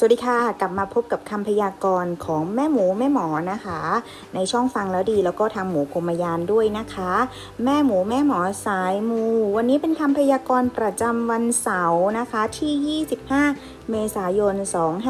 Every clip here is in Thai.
สวัสดีค่ะกลับมาพบกับคำพยากรณ์ของแม่หมูแม่หมอนะคะในช่องฟังแล้วดีแล้วก็ทางหมูพรหมยานด้วยนะคะแม่หมูแม่หมอสายมูวันนี้เป็นคำพยากรณ์ประจำวันเสาร์นะคะที่25เมษายน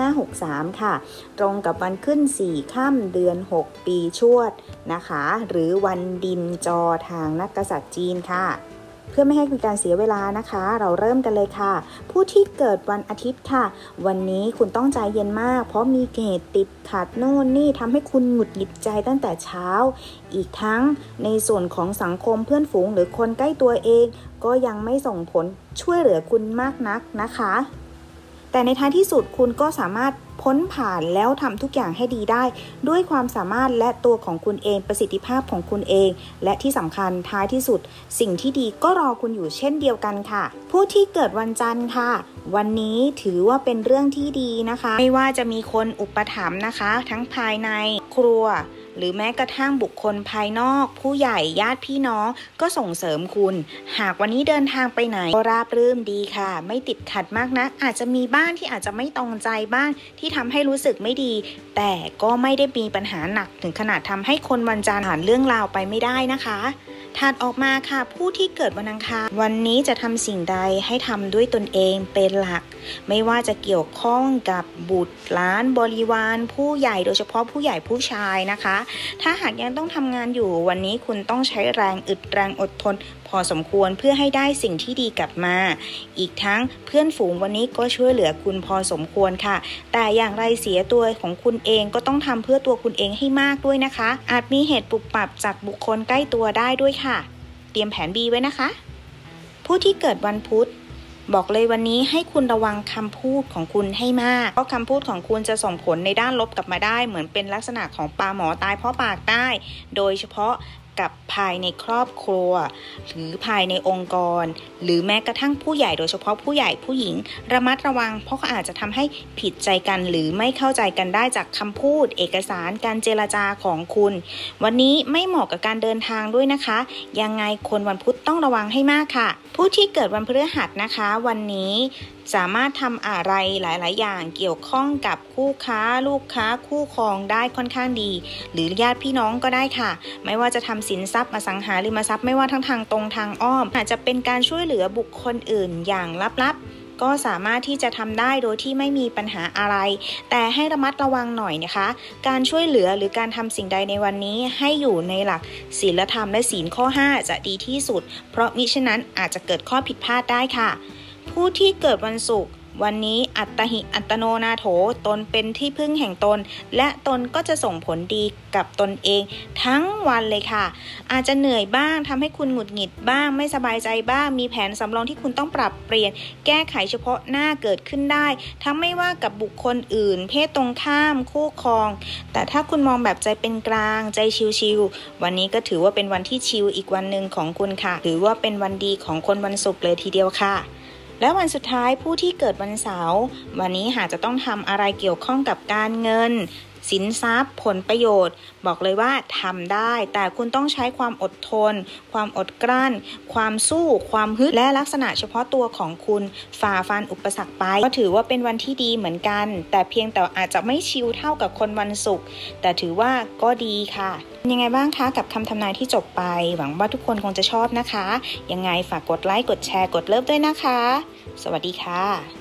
2563ค่ะตรงกับวันขึ้น4ค่ำเดือน6ปีชวดนะคะหรือวันดินจอทางนักกษัตริย์จีนค่ะเพื่อไม่ให้เป็นการเสียเวลานะคะเราเริ่มกันเลยค่ะผู้ที่เกิดวันอาทิตย์ค่ะวันนี้คุณต้องใจเย็นมากเพราะมีเหตุติดขัดโน่นนี่ทำให้คุณหงุดหงิดใจตั้งแต่เช้าอีกทั้งในส่วนของสังคมเพื่อนฝูงหรือคนใกล้ตัวเองก็ยังไม่ส่งผลช่วยเหลือคุณมากนักนะคะแต่ในท้ายที่สุดคุณก็สามารถพ้นผ่านแล้วทำทุกอย่างให้ดีได้ด้วยความสามารถและตัวของคุณเองประสิทธิภาพของคุณเองและที่สำคัญท้ายที่สุดสิ่งที่ดีก็รอคุณอยู่เช่นเดียวกันค่ะผู้ที่เกิดวันจันทร์ค่ะวันนี้ถือว่าเป็นเรื่องที่ดีนะคะไม่ว่าจะมีคนอุปถัมภ์นะคะทั้งภายในครัวหรือแม้กระทั่งบุคคลภายนอกผู้ใหญ่ญาติพี่น้องก็ส่งเสริมคุณหากวันนี้เดินทางไปไหนก็ราบรื่นดีค่ะไม่ติดขัดมากนักอาจจะมีบ้างที่อาจจะไม่ตรงใจบ้างที่ทำให้รู้สึกไม่ดีแต่ก็ไม่ได้มีปัญหาหนักถึงขนาดทำให้คนวันจันทร์ผ่านเรื่องราวไปไม่ได้นะคะถัดออกมาค่ะผู้ที่เกิดวันอังคารวันนี้จะทำสิ่งใดให้ทำด้วยตนเองเป็นหลักไม่ว่าจะเกี่ยวข้องกับบุตรหลานบริวารผู้ใหญ่โดยเฉพาะผู้ใหญ่ผู้ชายนะคะถ้าหากยังต้องทำงานอยู่วันนี้คุณต้องใช้แรงอึดแรงอดทนพอสมควรเพื่อให้ได้สิ่งที่ดีกลับมาอีกทั้งเพื่อนฝูงวันนี้ก็ช่วยเหลือคุณพอสมควรค่ะแต่อย่างไรเสียตัวของคุณเองก็ต้องทำเพื่อตัวคุณเองให้มากด้วยนะคะอาจมีเหตุปรับปรับจากบุคคลใกล้ตัวได้ด้วยค่ะเตรียมแผน B ไว้นะคะผู้ที่เกิดวันพุธบอกเลยวันนี้ให้คุณระวังคำพูดของคุณให้มากเพราะคำพูดของคุณจะส่งผลในด้านลบกลับมาได้เหมือนเป็นลักษณะของปลาหมอตายเพราะปากได้โดยเฉพาะกับภายในครอบครัวหรือภายในองค์กรหรือแม้กระทั่งผู้ใหญ่โดยเฉพาะผู้ใหญ่ผู้หญิงระมัดระวังเพราะเขาอาจจะทำให้ผิดใจกันหรือไม่เข้าใจกันได้จากคำพูดเอกสารการเจรจาของคุณวันนี้ไม่เหมาะกับการเดินทางด้วยนะคะยังไงคนวันพุธต้องระวังให้มากค่ะผู้ที่เกิดวันพฤหัสนะคะวันนี้สามารถทำอะไรหลายๆอย่างเกี่ยวข้องกับคู่ค้าลูกค้าคู่ครองได้ค่อนข้างดีหรือญาติพี่น้องก็ได้ค่ะไม่ว่าจะทำสินทรัพย์อสังหาริมทรัพย์ไม่ว่าทั้งทางตรงทางอ้อมอาจจะเป็นการช่วยเหลือบุคคลอื่นอย่างลับๆก็สามารถที่จะทำได้โดยที่ไม่มีปัญหาอะไรแต่ให้ระมัดระวังหน่อยนะคะการช่วยเหลือหรือการทำสิ่งใดในวันนี้ให้อยู่ในหลักศีลธรรมและศีลข้อ5จะดีที่สุดเพราะมิฉะนั้นอาจจะเกิดข้อผิดพลาดได้ค่ะผู้ที่เกิดวันศุกร์วันนี้อัตหิอัตโนนาโถตนเป็นที่พึ่งแห่งตนและตนก็จะส่งผลดีกับตนเองทั้งวันเลยค่ะอาจจะเหนื่อยบ้างทำให้คุณหงุดหงิดบ้างไม่สบายใจบ้างมีแผนสำรองที่คุณต้องปรับเปลี่ยนแก้ไขเฉพาะหน้าเกิดขึ้นได้ทั้งไม่ว่ากับบุคคลอื่นเพศตรงข้ามคู่ครองแต่ถ้าคุณมองแบบใจเป็นกลางใจชิลๆวันนี้ก็ถือว่าเป็นวันที่ชิลอีกวันหนึ่งของคุณค่ะถือว่าเป็นวันดีของคนวันศุกร์เลยทีเดียวค่ะและวันสุดท้ายผู้ที่เกิดวันเสาร์วันนี้หากจะต้องทำอะไรเกี่ยวข้องกับการเงินสินทรัพย์ผลประโยชน์บอกเลยว่าทำได้แต่คุณต้องใช้ความอดทนความอดกลั้นความสู้ความฮึดและลักษณะเฉพาะตัวของคุณฝ่าฟันอุปสรรคไปก็ถือว่าเป็นวันที่ดีเหมือนกันแต่เพียงแต่อาจจะไม่ชิลเท่ากับคนวันศุกร์แต่ถือว่าก็ดีค่ะยังไงบ้างคะกับคำทำนายที่จบไปหวังว่าทุกคนคงจะชอบนะคะยังไงฝากกดไลค์กดแชร์กดเลิฟด้วยนะคะสวัสดีค่ะ